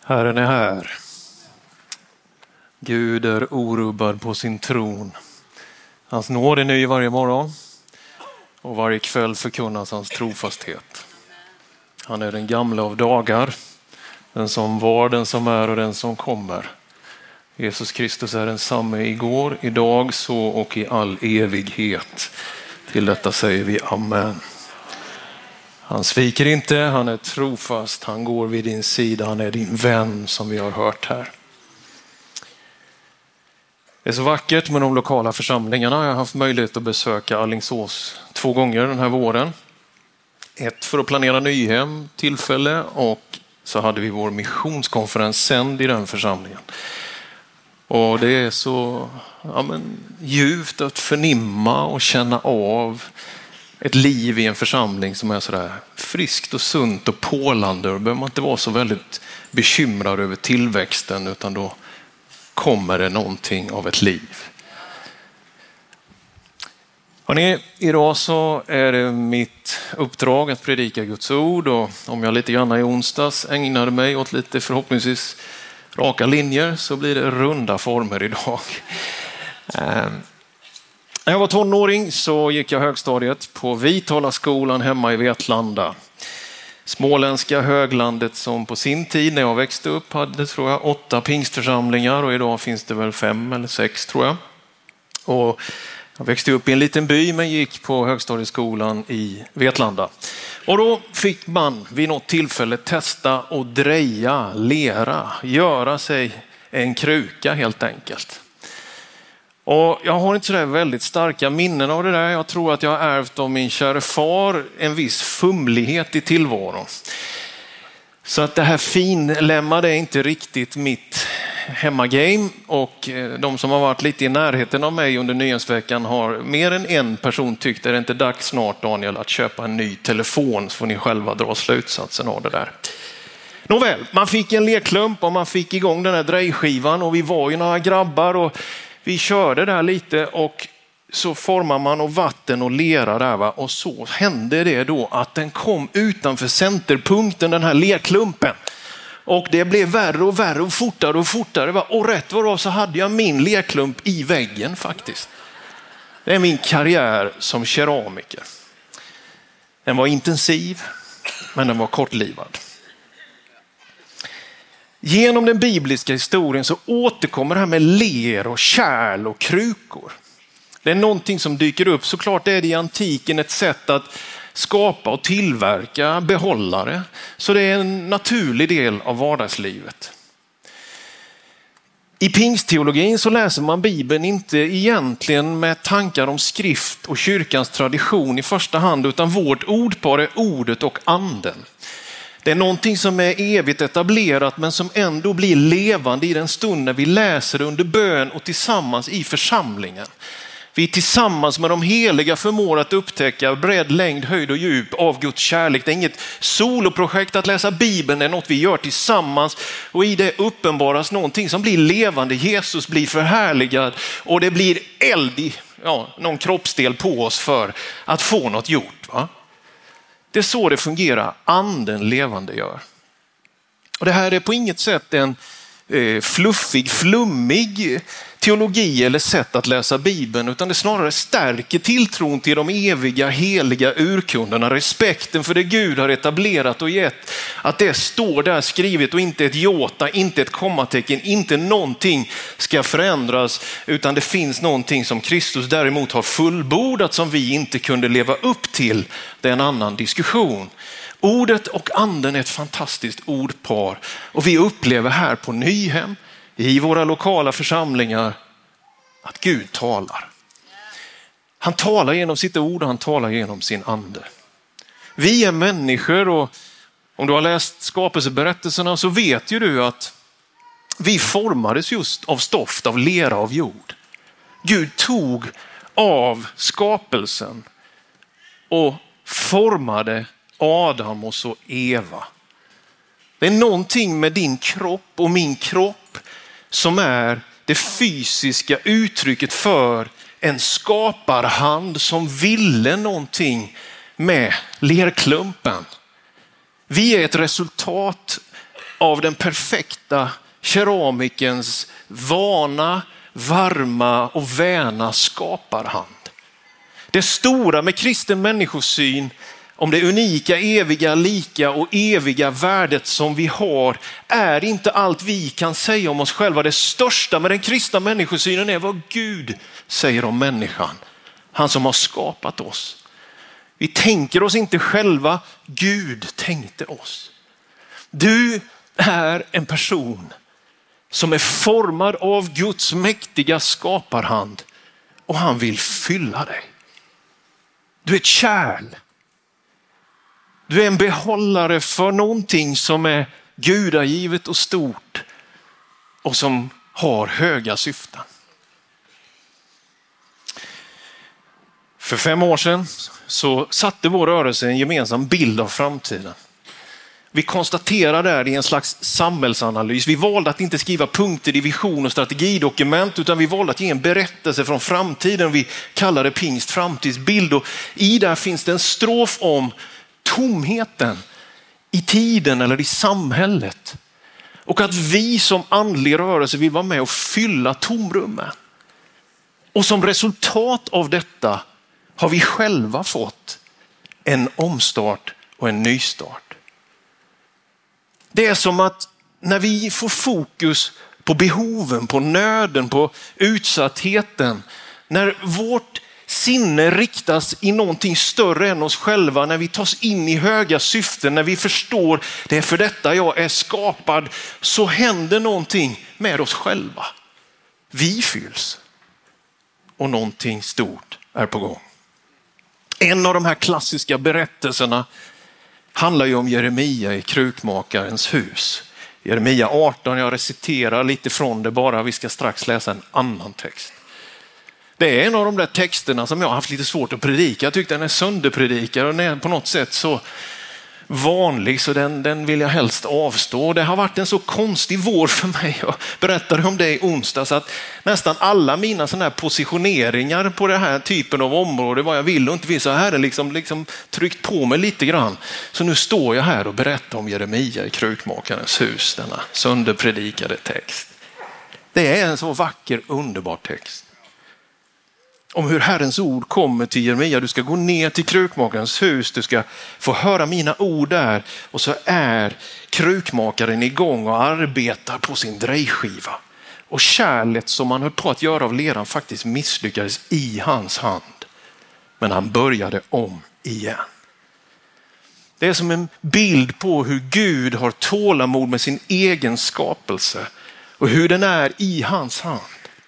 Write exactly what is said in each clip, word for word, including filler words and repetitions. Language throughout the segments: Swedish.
Herren är här. Gud är orubbad på sin tron. Hans nåd är ny varje morgon och varje kväll förkunnas hans trofasthet. Han är den gamla av dagar, den som var, den som är och den som kommer. Jesus Kristus är densamme igår, idag, så och i all evighet. Till detta säger vi amen. Han sviker inte, han är trofast, han går vid din sida, han är din vän som vi har hört här. Det är så vackert med de lokala församlingarna. Jag har haft möjlighet att besöka Alingsås två gånger den här våren. Ett för att planera Nyhem tillfälle och så hade vi vår missionskonferens sänd i den församlingen. Och det är så ja men, djupt att förnimma och känna av ett liv i en församling som är sådär friskt och sunt och pålande. Då behöver man inte vara så väldigt bekymrad över tillväxten, utan då kommer det någonting av ett liv. Hörrni, idag så är det mitt uppdrag att predika Guds ord, och om jag lite grann i onsdags ägnade mig åt lite förhoppningsvis raka linjer så blir det runda former idag. När jag var tonåring så gick jag högstadiet på Vitalaskolan hemma i Vetlanda. Småländska höglandet som på sin tid när jag växte upp hade, tror jag, åtta pingstförsamlingar, och idag finns det väl fem eller sex, tror jag. Och jag växte upp i en liten by men gick på högstadieskolan i Vetlanda. Och då fick man vid något tillfälle testa och dreja, lera, göra sig en kruka helt enkelt. Och jag har inte så där väldigt starka minnen av det där. Jag tror att jag har ärvt av min kära far en viss fumlighet i tillvaron. Så att det här finlämmade är inte riktigt mitt hemmagame. Och de som har varit lite i närheten av mig under nyhetsveckan har mer än en person tyckt att det inte dags snart, Daniel, att köpa en ny telefon, så får ni själva dra slutsatsen av det där. Nåväl, man fick en lekklump och man fick igång den här drejskivan, och vi var ju några grabbar och vi körde där lite, och så formar man och vatten och lera där, va? Och så hände det då att den kom utanför centerpunkten, den här lerklumpen. Och det blev värre och värre och fortare och fortare, va? Och rätt var det så hade jag min lerklump i väggen faktiskt. Det är min karriär som keramiker. Den var intensiv, men den var kortlivad. Genom den bibliska historien så återkommer det här med ler och kärl och krukor. Det är någonting som dyker upp. Såklart är det i antiken ett sätt att skapa och tillverka behållare. Så det är en naturlig del av vardagslivet. I pingstteologin så läser man Bibeln inte egentligen med tankar om skrift och kyrkans tradition i första hand, utan vårt ordpar är ordet och anden. Det är någonting som är evigt etablerat men som ändå blir levande i den stund när vi läser det under bön och tillsammans i församlingen. Vi tillsammans med de heliga förmår att upptäcka bredd, längd, höjd och djup av Guds kärlek. Det är inget soloprojekt att läsa Bibeln, det är något vi gör tillsammans, och i det uppenbaras någonting som blir levande. Jesus blir förhärligad och det blir eld i ja, någon kroppsdel på oss för att få något gjort, va? Det är så det fungerar. Anden levande gör. Och det här är på inget sätt en eh, fluffig, flummig teologi eller sätt att läsa Bibeln, utan det snarare stärker tilltron till de eviga, heliga urkunderna, respekten för det Gud har etablerat och gett. Att det står där skrivet och inte ett jota, inte ett kommatecken, inte någonting ska förändras, utan det finns någonting som Kristus däremot har fullbordat som vi inte kunde leva upp till. Det är en annan diskussion. Ordet och anden är ett fantastiskt ordpar, och vi upplever här på Nyhem, i våra lokala församlingar, att Gud talar. Han talar genom sitt ord och han talar genom sin ande. Vi är människor, och om du har läst skapelseberättelserna så vet ju du att vi formades just av stoft, av lera, av jord. Gud tog av skapelsen och formade Adam och så Eva. Det är någonting med din kropp och min kropp som är det fysiska uttrycket för en skaparhand som ville någonting med lerklumpen. Vi är ett resultat av den perfekta keramikens vana, varma och väna skaparhand. Det stora med kristen människosyn, om det unika, eviga, lika och eviga värdet som vi har, är inte allt vi kan säga om oss själva. Det största med den kristna människosynen är vad Gud säger om människan. Han som har skapat oss. Vi tänker oss inte själva, Gud tänkte oss. Du är en person som är formad av Guds mäktiga skaparhand och han vill fylla dig. Du är ett kärl. Du är en behållare för någonting som är gudagivet och stort och som har höga syften. För fem år sedan så satte vår rörelse en gemensam bild av framtiden. Vi konstaterar där i en slags samhällsanalys. Vi valde att inte skriva punkter i vision och strategidokument utan vi valde att ge en berättelse från framtiden. Vi kallar det Pingst framtidsbild och i där finns det en strof om tomheten i tiden eller i samhället. Och att vi som andlig rörelse vill vara med och fylla tomrummen. Och som resultat av detta har vi själva fått en omstart och en nystart. Det är som att när vi får fokus på behoven, på nöden, på utsattheten, när vårt sinne riktas i någonting större än oss själva, när vi tas in i höga syften, när vi förstår det är för detta jag är skapad, så händer någonting med oss själva. Vi fylls och någonting stort är på gång. En av de här klassiska berättelserna handlar ju om Jeremia i krukmakarens hus. Jeremia arton, jag reciterar lite från det bara, vi ska strax läsa en annan text. Det är en av de där texterna som jag har haft lite svårt att predika. Jag tyckte den är sönderpredikad och den är på något sätt så vanlig så den, den vill jag helst avstå. Det har varit en så konstig vår för mig. Jag berättade om det i onsdags att nästan alla mina sådana här positioneringar på den här typen av område, vad jag vill och inte vill, så här är liksom, liksom tryckt på mig lite grann. Så nu står jag här och berättar om Jeremia i krukmakarens hus, denna sönderpredikade text. Det är en så vacker, underbar text. Om hur Herrens ord kommer till Jeremia. Du ska gå ner till krukmakarens hus. Du ska få höra mina ord där. Och så är krukmakaren igång och arbetar på sin drejskiva. Och kärlet som han höll på att göra av leran faktiskt misslyckades i hans hand. Men han började om igen. Det är som en bild på hur Gud har tålamod med sin egen skapelse. Och hur den är i hans hand.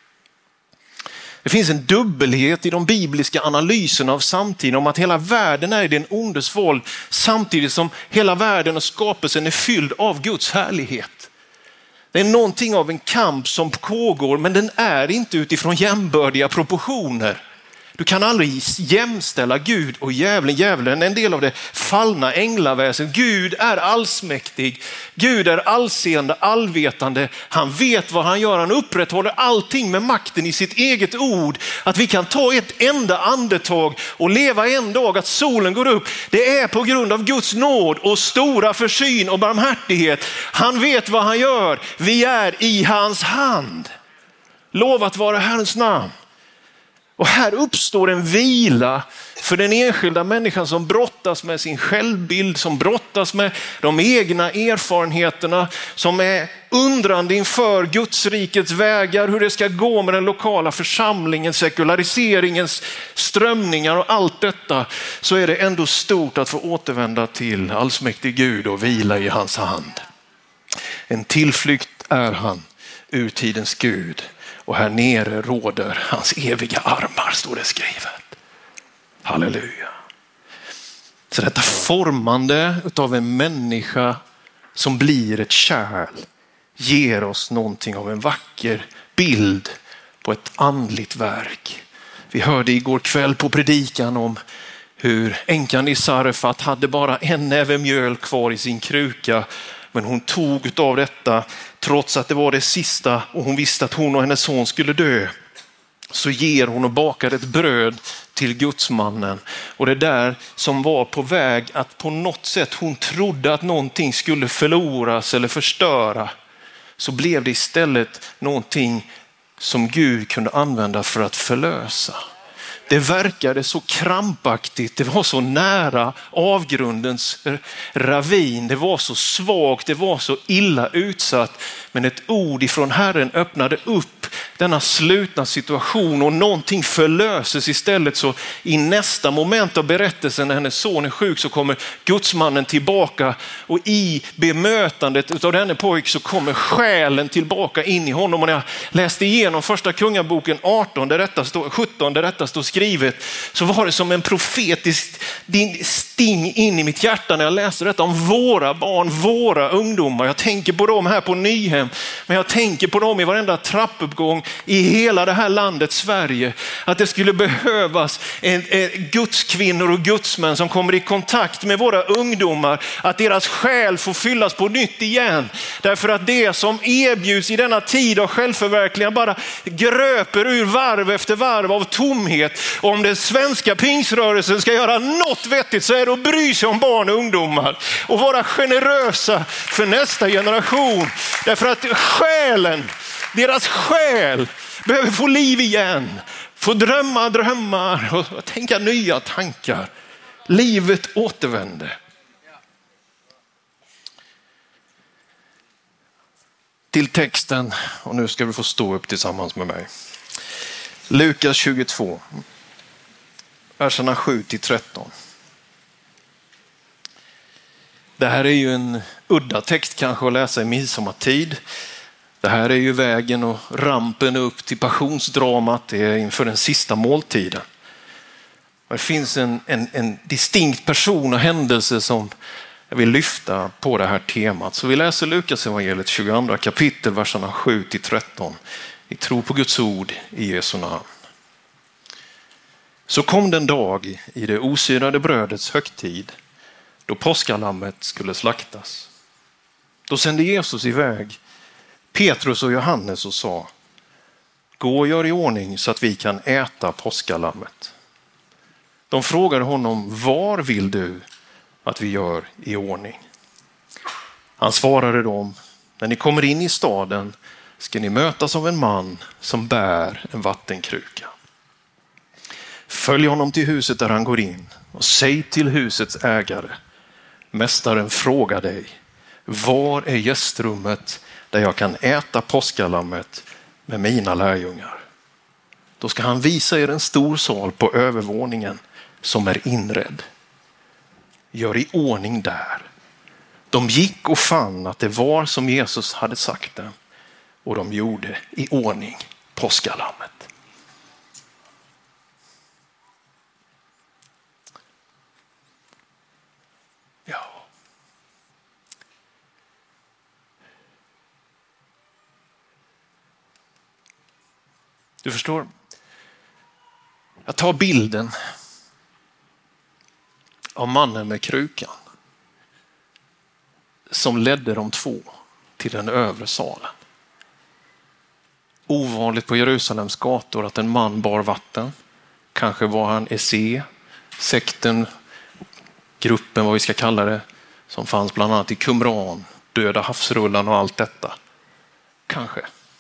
Det finns en dubbelhet i de bibliska analyserna av samtiden om att hela världen är i den ondes våld samtidigt som hela världen och skapelsen är fylld av Guds härlighet. Det är någonting av en kamp som pågår men den är inte utifrån jämbördiga proportioner. Du kan aldrig jämställa Gud och djävulen. Djävulen är en del av det fallna änglaväsen. Gud är allsmäktig. Gud är allseende, allvetande. Han vet vad han gör. Han upprätthåller allting med makten i sitt eget ord. Att vi kan ta ett enda andetag och leva en dag att solen går upp. Det är på grund av Guds nåd och stora försyn och barmhärtighet. Han vet vad han gör. Vi är i hans hand. Lovat vara Herrens namn. Och här uppstår en vila för den enskilda människan som brottas med sin självbild, som brottas med de egna erfarenheterna, som är undrande inför Guds rikets vägar, hur det ska gå med den lokala församlingen, sekulariseringens strömningar och allt detta. Så är det ändå stort att få återvända till allsmäktig Gud och vila i hans hand. En tillflykt är han, urtidens Gud. Och här nere råder hans eviga armar, står det skrivet. Halleluja. Så detta formande av en människa som blir ett kärl ger oss någonting av en vacker bild på ett andligt verk. Vi hörde igår kväll på predikan om hur änkan i Sarefat hade bara en näve mjöl kvar i sin kruka. Men hon tog av detta trots att det var det sista och hon visste att hon och hennes son skulle dö. så ger hon och bakar ett bröd till gudsmannen. Och det där som var på väg att på något sätt hon trodde att någonting skulle förloras eller förstöra, så blev det istället någonting som Gud kunde använda för att förlösa. Det verkade så krampaktigt, det var så nära avgrundens ravin, det var så svagt, det var så illa utsatt. Men ett ord ifrån Herren öppnade upp denna slutna situation och någonting förlöses istället. Så i nästa moment av berättelsen när hennes son är sjuk så kommer gudsmannen tillbaka, och i bemötandet av denne pojk så kommer själen tillbaka in i honom. Och när jag läste igenom första kungaboken arton, där detta står, sjutton, där detta står skrivet, så var det som en profetisk sting in i mitt hjärta när jag läste detta om våra barn, våra ungdomar. Jag tänker på dem här på Nyhem, men jag tänker på dem i varenda trappuppgång i hela det här landet Sverige. Att det skulle behövas en, en gudskvinnor och gudsmän som kommer i kontakt med våra ungdomar. Att deras själ får fyllas på nytt igen. Därför att det som erbjuds i denna tid av självförverkligande bara gröper ur varv efter varv av tomhet. Och om den svenska pingsrörelsen ska göra något vettigt så är det att bry sig om barn och ungdomar. Och vara generösa för nästa generation. Därför att själen, deras själ behöver få liv igen. Få drömma drömmar och tänka nya tankar. Livet återvänder. Till texten, och nu ska vi få stå upp tillsammans med mig. Lukas tjugotvå, verserna sju till tretton. Det här är ju en udda text kanske att läsa i midsommartid. Det här är ju vägen och rampen upp till passionsdramat. Det är inför den sista måltiden. Det finns en, en, en distinkt person och händelse som jag vill lyfta på det här temat. Så vi läser Lukas evangeliet tjugoandra kapitel, verserna sju till tretton. Vi tror på Guds ord i Jesu namn. Så kom den dag i det osyrade brödets högtid då påskalammet skulle slaktas. Då sände Jesus iväg Petrus och Johannes och sa: gå och gör i ordning så att vi kan äta påskalammet. De frågade honom: var vill du att vi gör i ordning? Han svarade dem: när ni kommer in i staden ska ni mötas av en man som bär en vattenkruka. Följ honom till huset där han går in och säg till husets ägare: mästaren frågar dig, var är gästrummet där jag kan äta påskalammet med mina lärjungar? Då ska han visa er en stor sal på övervåningen som är inredd. Gör i ordning där. De gick och fann att det var som Jesus hade sagt det, och de gjorde i ordning påskalammet. Ja. Du förstår, jag tar bilden av mannen med krukan som ledde de två till den övre salen. Ovanligt på Jerusalems gator att en man bar vatten. Kanske var han Esse, sekten, gruppen, vad vi ska kalla det, som fanns bland annat i Qumran, döda havsrullan och allt detta. Kanske.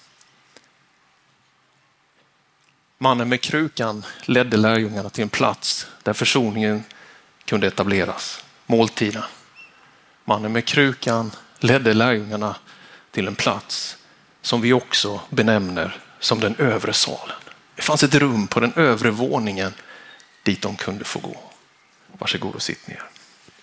Mannen med krukan ledde lärjungarna till en plats där försoningen kunde etableras. Måltiden. Mannen med krukan ledde lärjungarna till en plats som vi också benämner som den övre salen. Det fanns ett rum på den övre våningen dit de kunde få gå. Varsågod och sitt ner.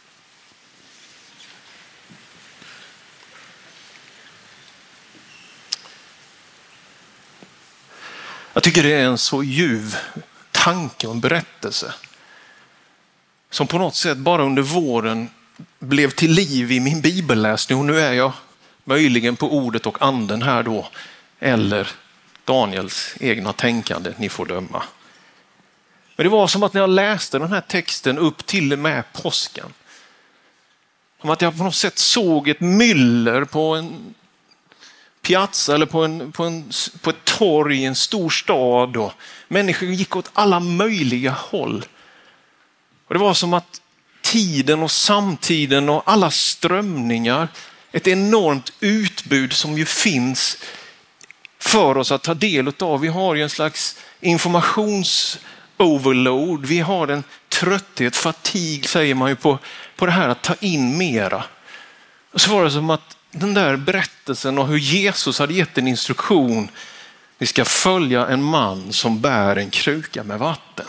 Jag tycker det är en så ljuv tanke och en berättelse som på något sätt bara under våren blev till liv i min bibelläsning. Och nu är jag möjligen på ordet och anden här då, eller Daniels egna tänkande, ni får döma. Men det var som att när jag läste den här texten upp till och med påsken, som att jag på något sätt såg ett myller på en piazza eller på, en, på, en, på ett torg i en stor stad. Och människor gick åt alla möjliga håll. Och det var som att tiden och samtiden och alla strömningar, ett enormt utbud som ju finns för oss att ta del av. Vi har ju en slags informationsoverload. Vi har en trötthet, fatig säger man ju på, på det här att ta in mera. Och så var det som att den där berättelsen och hur Jesus hade gett en instruktion. Vi ska följa en man som bär en kruka med vatten.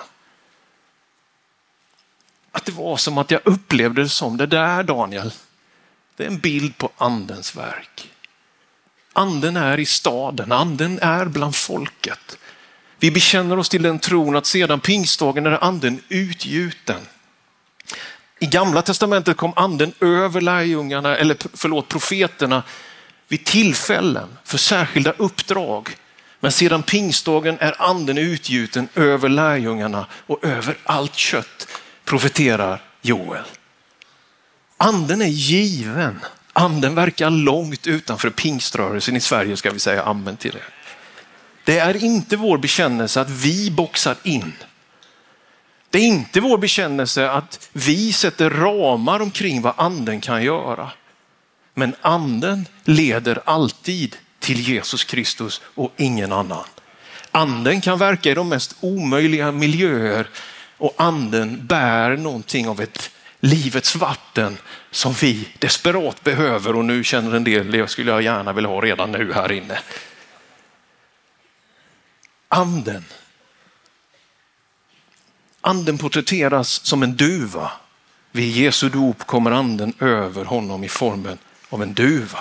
Att det var som att jag upplevde det som det där, Daniel. Det är en bild på andens verk. Anden är i staden, anden är bland folket. Vi bekänner oss till den tron att sedan pingstdagen är anden utgjuten. I Gamla testamentet kom anden över lärjungarna, eller förlåt, profeterna vid tillfällen för särskilda uppdrag. Men sedan pingstdagen är anden utgjuten över lärjungarna och över allt kött, profeterar Joel. Anden är given. Anden verkar långt utanför pingströrelsen i Sverige, ska vi säga amen till det. Det är inte vår bekännelse att vi boxar in. Det är inte vår bekännelse att vi sätter ramar omkring vad anden kan göra. Men anden leder alltid till Jesus Kristus och ingen annan. Anden kan verka i de mest omöjliga miljöer och anden bär någonting av ett livets vatten som vi desperat behöver, och nu känner en del, det skulle jag gärna vilja ha redan nu här inne. Anden. Anden porträtteras som en duva. Vid Jesu dop kommer anden över honom i formen av en duva.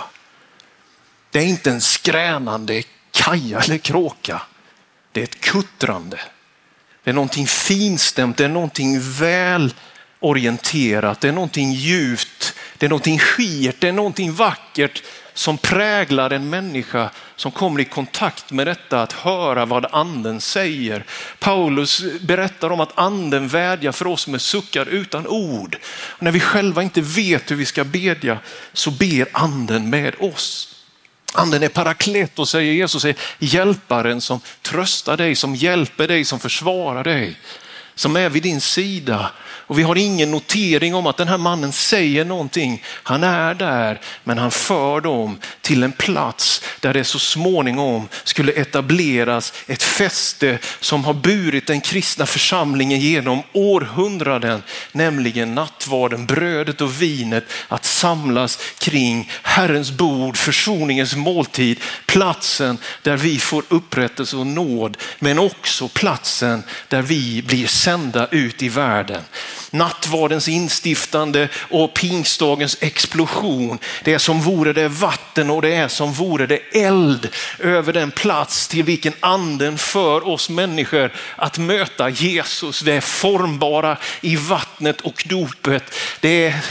Det är inte en skränande kaja eller kråka. Det är ett kuttrande. Det är någonting finstämt, det är någonting väl orienterat, det är någonting djupt, det är någonting skirt, det är någonting vackert som präglar en människa som kommer i kontakt med detta, att höra vad anden säger. Paulus berättar om att anden vädjar för oss med suckar utan ord. Och när vi själva inte vet hur vi ska bedja så ber anden med oss. Anden är parakletos, säger Jesus, är hjälparen som tröstar dig, som hjälper dig, som försvarar dig, som är vid din sida. Och vi har ingen notering om att den här mannen säger någonting. Han är där, men han för dem till en plats där det så småningom skulle etableras ett fäste som har burit den kristna församlingen genom århundraden, nämligen nattvarden, brödet och vinet, att samlas kring Herrens bord, försoningens måltid, platsen där vi får upprättelse och nåd, men också platsen där vi blir sända ut i världen. Nattvardens instiftande och pingstdagens explosion. Det är som vore det vatten och det är som vore det eld över den plats till vilken anden för oss människor att möta Jesus. Vi är formbara i vattnet och dopet. Det är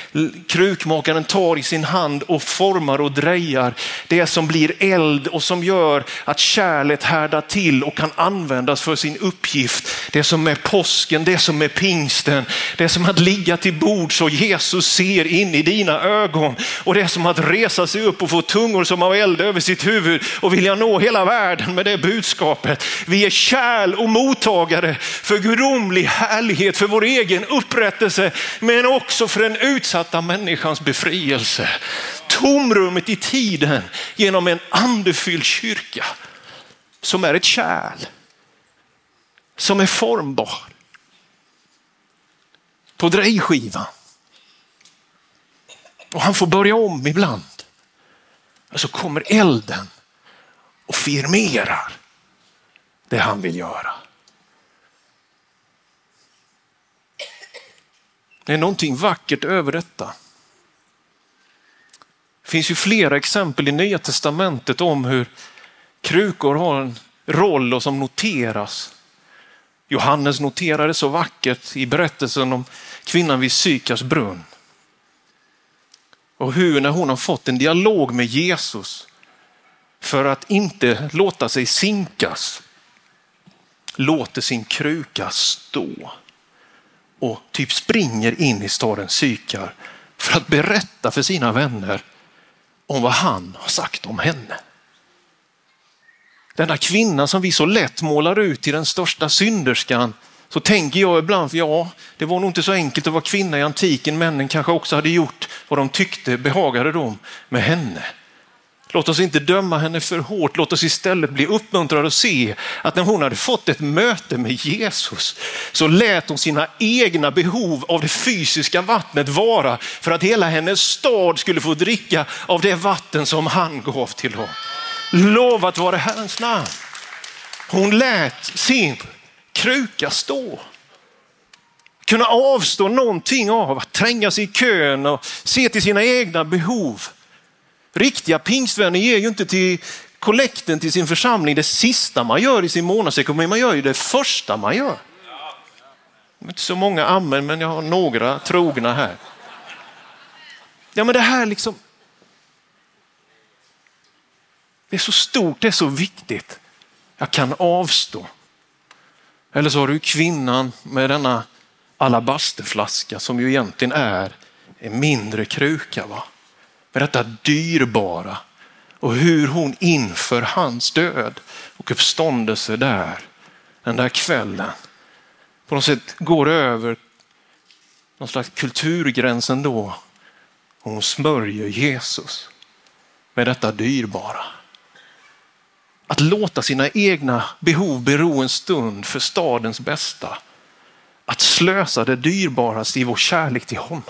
krukmakaren tar i sin hand och formar och drejar. Det som blir eld och som gör att kärlet härdar till och kan användas för sin uppgift. Det som är påsken, det som är pingsten. Det är som att ligga till bord så Jesus ser in i dina ögon, och det är som att resa sig upp och få tungor som av eld över sitt huvud och vilja nå hela världen med det budskapet. Vi är kärl och mottagare för gudomlig härlighet, för vår egen upprättelse, men också för den utsatta människans befrielse. Tomrummet i tiden genom en andefylld kyrka som är ett kärl, som är formbar. På drejskivan. Och han får börja om ibland. Och så kommer elden och firmerar det han vill göra. Det är någonting vackert över detta. Det finns ju flera exempel i Nya testamentet om hur krukor har en roll och som noteras. Johannes noterade så vackert i berättelsen om kvinnan vid Sykars brunn. Och hur när hon har fått en dialog med Jesus för att inte låta sig sinkas, låter sin kruka stå och typ springer in i staden Sykar för att berätta för sina vänner om vad han har sagt om henne. Denna kvinna som vi så lätt målar ut till den största synderskan, så tänker jag ibland, för ja, det var nog inte så enkelt att vara kvinna i antiken. Männen kanske också hade gjort vad de tyckte behagade dem med henne. Låt oss inte döma henne för hårt. Låt oss istället bli uppmuntrade att se att när hon hade fått ett möte med Jesus så lät hon sina egna behov av det fysiska vattnet vara för att hela hennes stad skulle få dricka av det vatten som han gav till dem. Lovat vare Herrens namn. Hon lät sin kruka stå. Kunna avstå någonting av att tränga sig i kön och se till sina egna behov. Riktiga pingstvänner ger ju inte till kollekten till sin församling det sista man gör i sin månadsekonomi. Man gör ju det första man gör. Det är inte så många amen, men jag har några trogna här. Ja, men det här liksom, det är så stort, det är så viktigt. Jag kan avstå. Eller så har du kvinnan med denna alabasterflaska som ju egentligen är en mindre kruka, va? Med detta dyrbara och hur hon inför hans död och uppståndelse där den där kvällen på något sätt går över någon slags kulturgränsen då. Och hon smörjer Jesus med detta dyrbara. Att låta sina egna behov bero en stund för stadens bästa. Att slösa det dyrbaraste i vår kärlek till honom.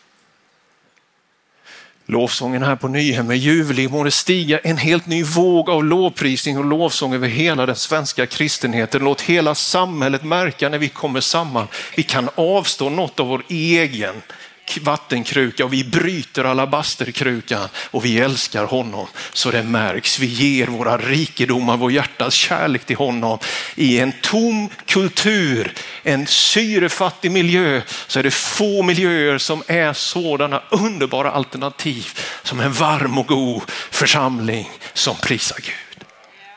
Lovsången här på Nyhem är ljuvlig. Må det stiga en helt ny våg av lovprisning och lovsång över hela den svenska kristenheten. Låt hela samhället märka när vi kommer samman. Vi kan avstå något av vår egen vattenkruka och vi bryter alabasterkrukan och vi älskar honom så det märks. Vi ger våra rikedomar, vår hjärtas kärlek till honom. I en tom kultur, en syrefattig miljö, så är det få miljöer som är sådana underbara alternativ som en varm och god församling som prisar Gud.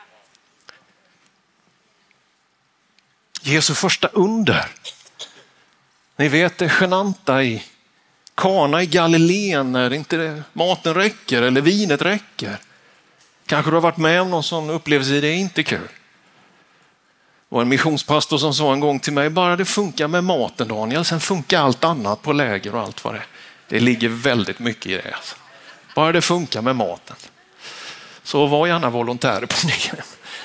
Jesu första under. Ni vet det genanta i Kana i Galileen när inte maten räcker eller vinet räcker. Kanske du har varit med om någon sån upplevelse, det är inte kul. Det var en missionspastor som sa en gång till mig, bara det funkar med maten Daniel, sen funkar allt annat på läger och allt vad det är. Det ligger väldigt mycket i det. Alltså. Bara det funkar med maten. Så var gärna volontärer på Nyhem.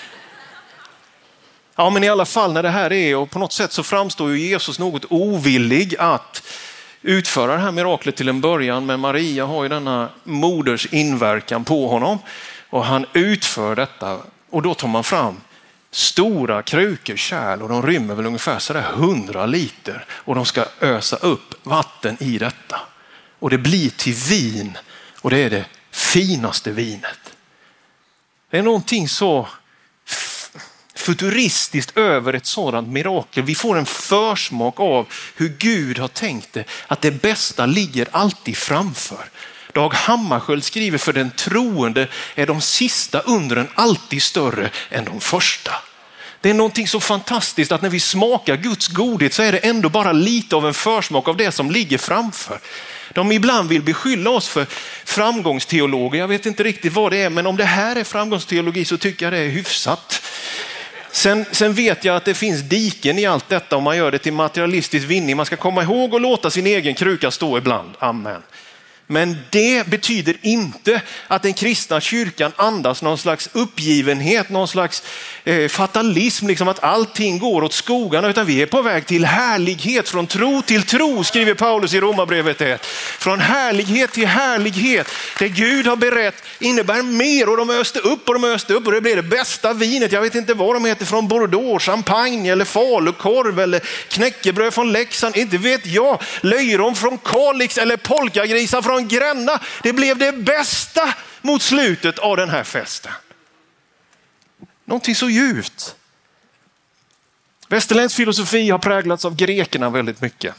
Ja, men i alla fall när det här är, och på något sätt så framstår ju Jesus något ovillig att utföra det här miraklet till en början, men Maria har ju denna moders inverkan på honom och han utför detta och då tar man fram stora krukor kärl och de rymmer väl ungefär sådär hundra liter och de ska ösa upp vatten i detta och det blir till vin och det är det finaste vinet. Det är någonting så futuristiskt över ett sådant mirakel. Vi får en försmak av hur Gud har tänkt det, att det bästa ligger alltid framför. Dag Hammarskjöld skriver, för den troende är de sista undren alltid större än de första. Det är någonting så fantastiskt att när vi smakar Guds godhet så är det ändå bara lite av en försmak av det som ligger framför. De ibland vill beskylla oss för framgångsteologer. Jag vet inte riktigt vad det är, men om det här är framgångsteologi så tycker jag det är hyfsat. Sen, sen vet jag att det finns diken i allt detta om man gör det till materialistisk vinning. Man ska komma ihåg och låta sin egen kruka stå ibland. Amen. Men det betyder inte att den kristna kyrkan andas någon slags uppgivenhet, någon slags eh, fatalism, liksom att allting går åt skogarna, utan vi är på väg till härlighet, från tro till tro, skriver Paulus i Romarbrevet ett. Från härlighet till härlighet. Det Gud har berett innebär mer, och de öste upp och de öste upp och det blev det bästa vinet. Jag vet inte vad de heter, från Bordeaux, champagne eller falukorv eller knäckebröd från Leksand, inte vet jag. Löjrom från Kalix eller polkagrisar från Gränna. Det blev det bästa mot slutet av den här festen. Någonting så djupt. Västerländsk filosofi har präglats av grekerna väldigt mycket.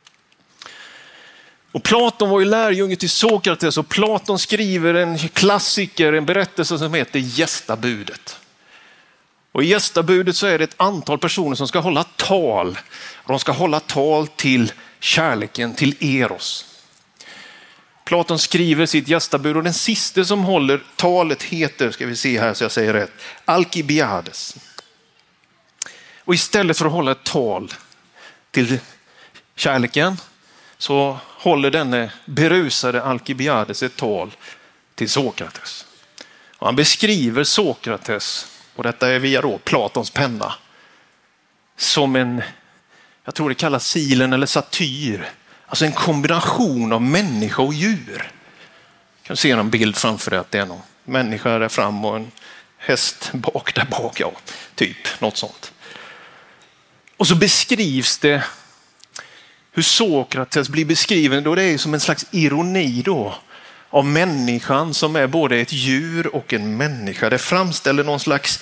Och Platon var ju lärjunge till Sokrates, och Platon skriver en klassiker, en berättelse som heter Gästabudet. Och i Gästabudet så är det ett antal personer som ska hålla tal. Och de ska hålla tal till kärleken, till Eros. Platon skriver sitt gästabud och den sista som håller talet heter, ska vi se här så jag säger rätt, Alkibiades. Och istället för att hålla ett tal till kärleken så håller denne berusade Alkibiades ett tal till Sokrates. Och han beskriver Sokrates, och detta är via då Platons penna, som en, jag tror det kallas silen eller satyr. Alltså en kombination av människa och djur. Du kan se en bild framför dig att det är någon människa där fram och en häst bak där bak. Ja, typ något sånt. Och så beskrivs det hur Sokrates blir beskriven. Då det är som en slags ironi då av människan som är både ett djur och en människa. Det framställer någon slags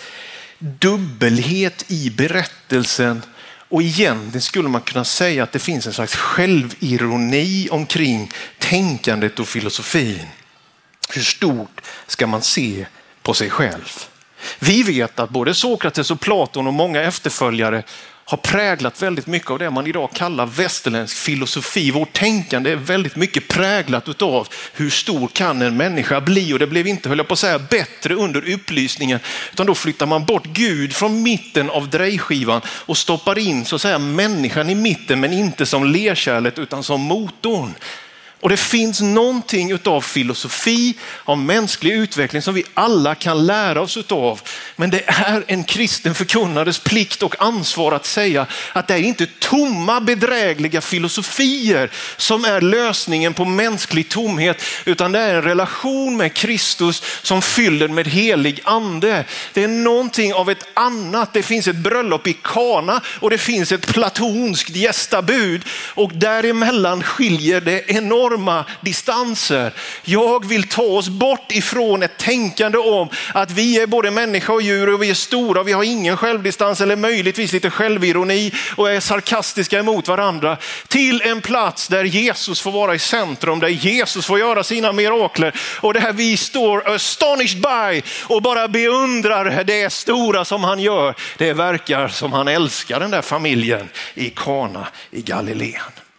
dubbelhet i berättelsen. Och egentligen skulle man kunna säga att det finns en slags självironi omkring tänkandet och filosofin. Hur stort ska man se på sig själv? Vi vet att både Sokrates och Platon och många efterföljare har präglat väldigt mycket av det man idag kallar västerländsk filosofi. Vårt tänkande är väldigt mycket präglat av hur stor kan en människa bli, och det blev inte, höll jag på att säga, bättre under upplysningen, utan då flyttar man bort Gud från mitten av drejskivan och stoppar in så att säga människan i mitten, men inte som lerkärlet utan som motorn. Och det finns någonting utav filosofi, av mänsklig utveckling som vi alla kan lära oss utav. Men det är en kristen förkunnares plikt och ansvar att säga att det är inte tomma bedrägliga filosofier som är lösningen på mänsklig tomhet, utan det är en relation med Kristus som fyller med helig ande. Det är någonting av ett annat. Det finns ett bröllop i Kana och det finns ett platonskt gästabud, och däremellan skiljer det enorma distanser. Jag vill ta oss bort ifrån ett tänkande om att vi är både människa och djur och vi är stora. Vi har ingen självdistans eller möjligtvis lite självironi och är sarkastiska emot varandra, till en plats där Jesus får vara i centrum, där Jesus får göra sina mirakler och där vi står astonished by och bara beundrar det stora som han gör. Det verkar som han älskar den där familjen i Kana i Galileen.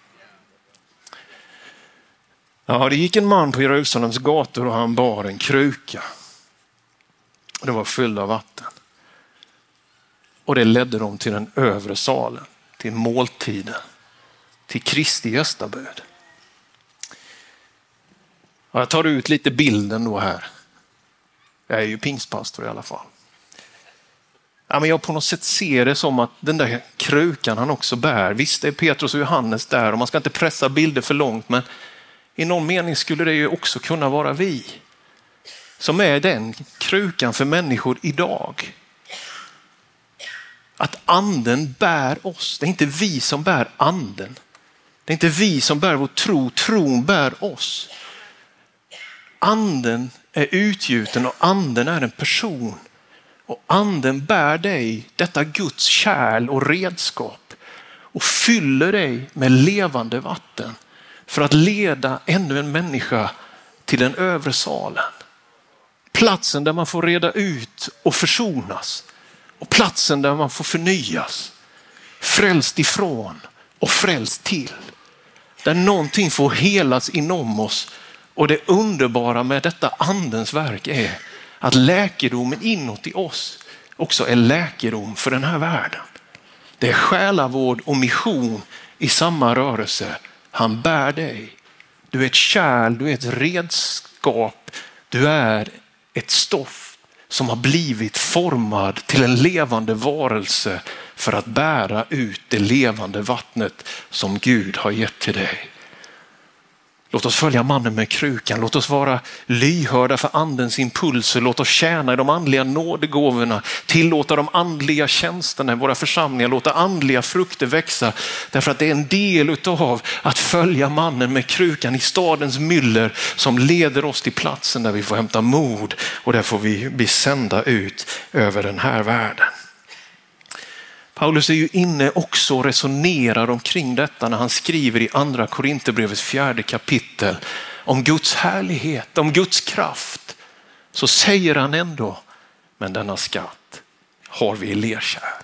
Ja, det gick en man på Jerusalems gator och han bar en kruka. Och det var fylld av vatten. Och det ledde dem till den övre salen, till måltiden, till Kristi gästabud. Ja, jag tar ut lite bilden då här. Jag är ju pingstpastor i alla fall. Ja, men jag på något sätt ser det som att den där krukan han också bär. Visst, det är Petrus och Johannes där och man ska inte pressa bilder för långt, men i någon mening skulle det ju också kunna vara vi som är den krukan för människor idag. Att anden bär oss. Det är inte vi som bär anden. Det är inte vi som bär vår tro. Tron bär oss. Anden är utgjuten och anden är en person. Och anden bär dig, detta Guds kärl och redskap, och fyller dig med levande vatten för att leda ännu en människa till den övre salen. Platsen där man får reda ut och försonas. Och platsen där man får förnyas. Frälst ifrån och frälst till. Där någonting får helas inom oss. Och det underbara med detta andens verk är att läkedomen inåt i oss också är läkedom för den här världen. Det är själavård och mission i samma rörelse. Han bär dig. Du är ett kärl, du är ett redskap, du är ett stoff som har blivit formad till en levande varelse för att bära ut det levande vattnet som Gud har gett till dig. Låt oss följa mannen med krukan. Låt oss vara lyhörda för andens impulser. Låt oss tjäna i de andliga nådegåvorna. Tillåta de andliga tjänsterna i våra församlingar. Låta andliga frukter växa. Därför att det är en del av att följa mannen med krukan i stadens myller som leder oss till platsen där vi får hämta mod. Och där får vi bli sända ut över den här världen. Paulus är ju inne också och resonerar omkring detta när han skriver i andra Korinthierbrevets fjärde kapitel om Guds härlighet, om Guds kraft. Så säger han ändå, men denna skatt har vi i lerkärl.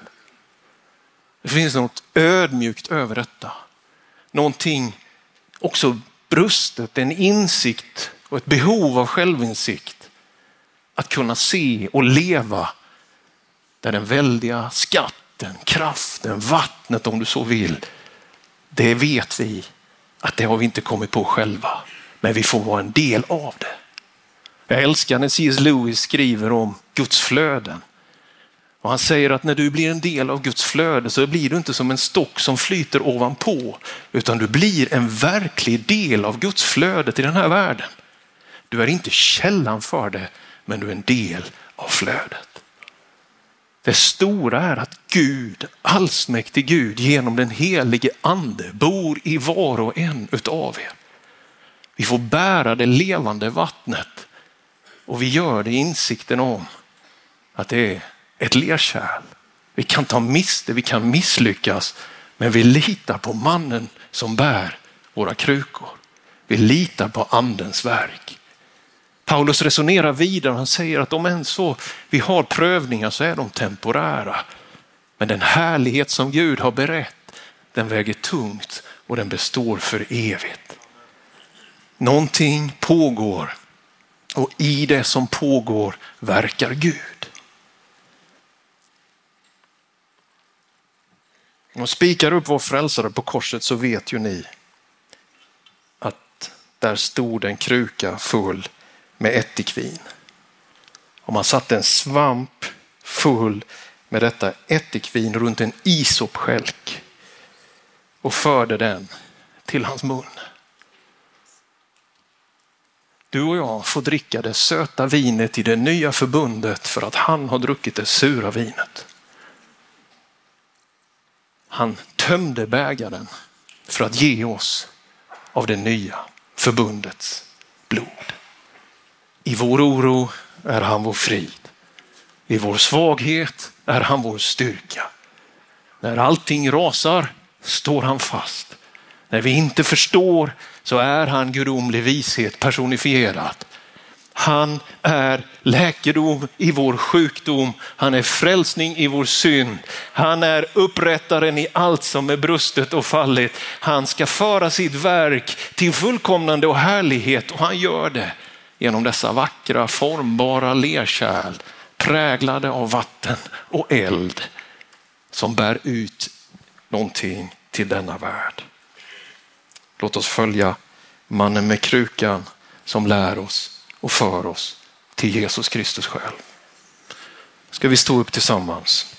Det finns något ödmjukt över detta. Någonting också brustet, en insikt och ett behov av självinsikt. Att kunna se och leva där den väldiga skatten, kraften, vattnet om du så vill. Det vet vi att det har vi inte kommit på själva. Men vi får vara en del av det. Jag älskar när C S Lewis skriver om Guds flöden. Och han säger att när du blir en del av Guds flöde så blir du inte som en stock som flyter ovanpå. Utan du blir en verklig del av Guds flödet i den här världen. Du är inte källan för det, men du är en del av flödet. Det stora är att Gud, allsmäktig Gud, genom den helige ande bor i var och en utav er. Vi får bära det levande vattnet och vi gör det i insikten om att det är ett lerkärl. Vi kan ta miste, vi kan misslyckas, men vi litar på mannen som bär våra krukor. Vi litar på andens verk. Paulus resonerar vidare och han säger att om än så vi har prövningar så är de temporära. Men den härlighet som Gud har berett, den väger tungt och den består för evigt. Någonting pågår och i det som pågår verkar Gud. Om man spikar upp vår frälsare på korset så vet ju ni att där stod en kruka full med ättikvin. Och man satte en svamp full med detta ättikvin runt en isopskälk och förde den till hans mun. Du och jag får dricka det söta vinet i det nya förbundet för att han har druckit det sura vinet. Han tömde bägaren för att ge oss av det nya förbundets blod. I vår oro är han vår frid. I vår svaghet är han vår styrka. När allting rasar står han fast. När vi inte förstår så är han gudomlig vishet personifierad. Han är läkedom i vår sjukdom. Han är frälsning i vår synd. Han är upprättaren i allt som är brustet och fallit. Han ska föra sitt verk till fullkomnande och härlighet och han gör det genom dessa vackra formbara lerkärl präglade av vatten och eld som bär ut någonting till denna värld. Låt oss följa mannen med krukan som lär oss och för oss till Jesus Kristus själv. Ska vi stå upp tillsammans?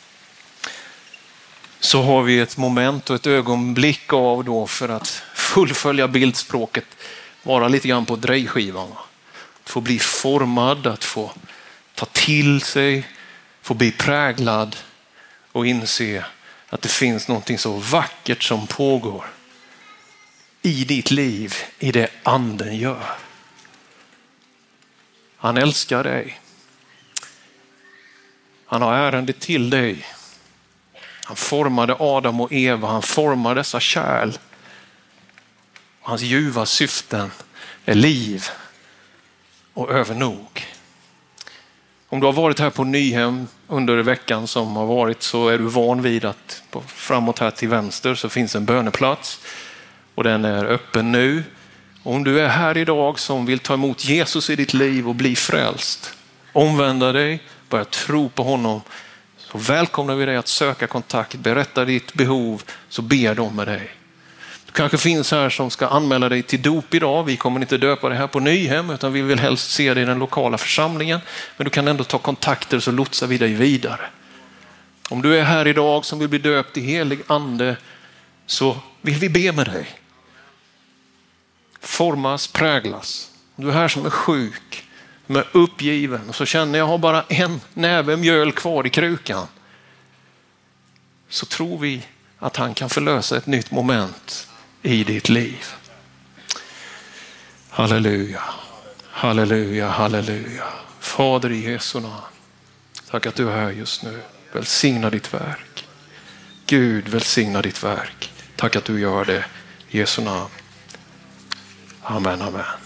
Så har vi ett moment och ett ögonblick av då för att fullfölja bildspråket, vara lite grann på drejskivan. Att få bli formad, att få ta till sig, få bli präglad och inse att det finns någonting så vackert som pågår i ditt liv, i det anden gör. Han älskar dig. Han har ärende till dig. Han formade Adam och Eva, han formar dessa kärl. Hans ljuva syften är liv och övernog. Om du har varit här på Nyhem under veckan som har varit så är du van vid att på, framåt här till vänster så finns en böneplats och den är öppen nu. Om du är här idag som vill ta emot Jesus i ditt liv och bli frälst, omvända dig, börja tro på honom, så välkomnar vi dig att söka kontakt, berätta ditt behov så ber de med dig. Du kanske finns här som ska anmäla dig till dop idag. Vi kommer inte döpa dig här på Nyhem utan vi vill helst se dig i den lokala församlingen. Men du kan ändå ta kontakter så lotsar vi dig vidare. Om du är här idag som vill bli döpt i helig ande så vill vi be med dig. Formas, präglas. Om du är här som är sjuk, som är uppgiven och så känner jag har bara en näve mjöl kvar i krukan. Så tror vi att han kan förlösa ett nytt moment i ditt liv. Halleluja, halleluja, halleluja. Fader i Jesu namn. Tack att du är här just nu. Välsigna ditt verk. Gud, välsigna ditt verk. Tack att du gör det i Jesu namn. Amen, amen.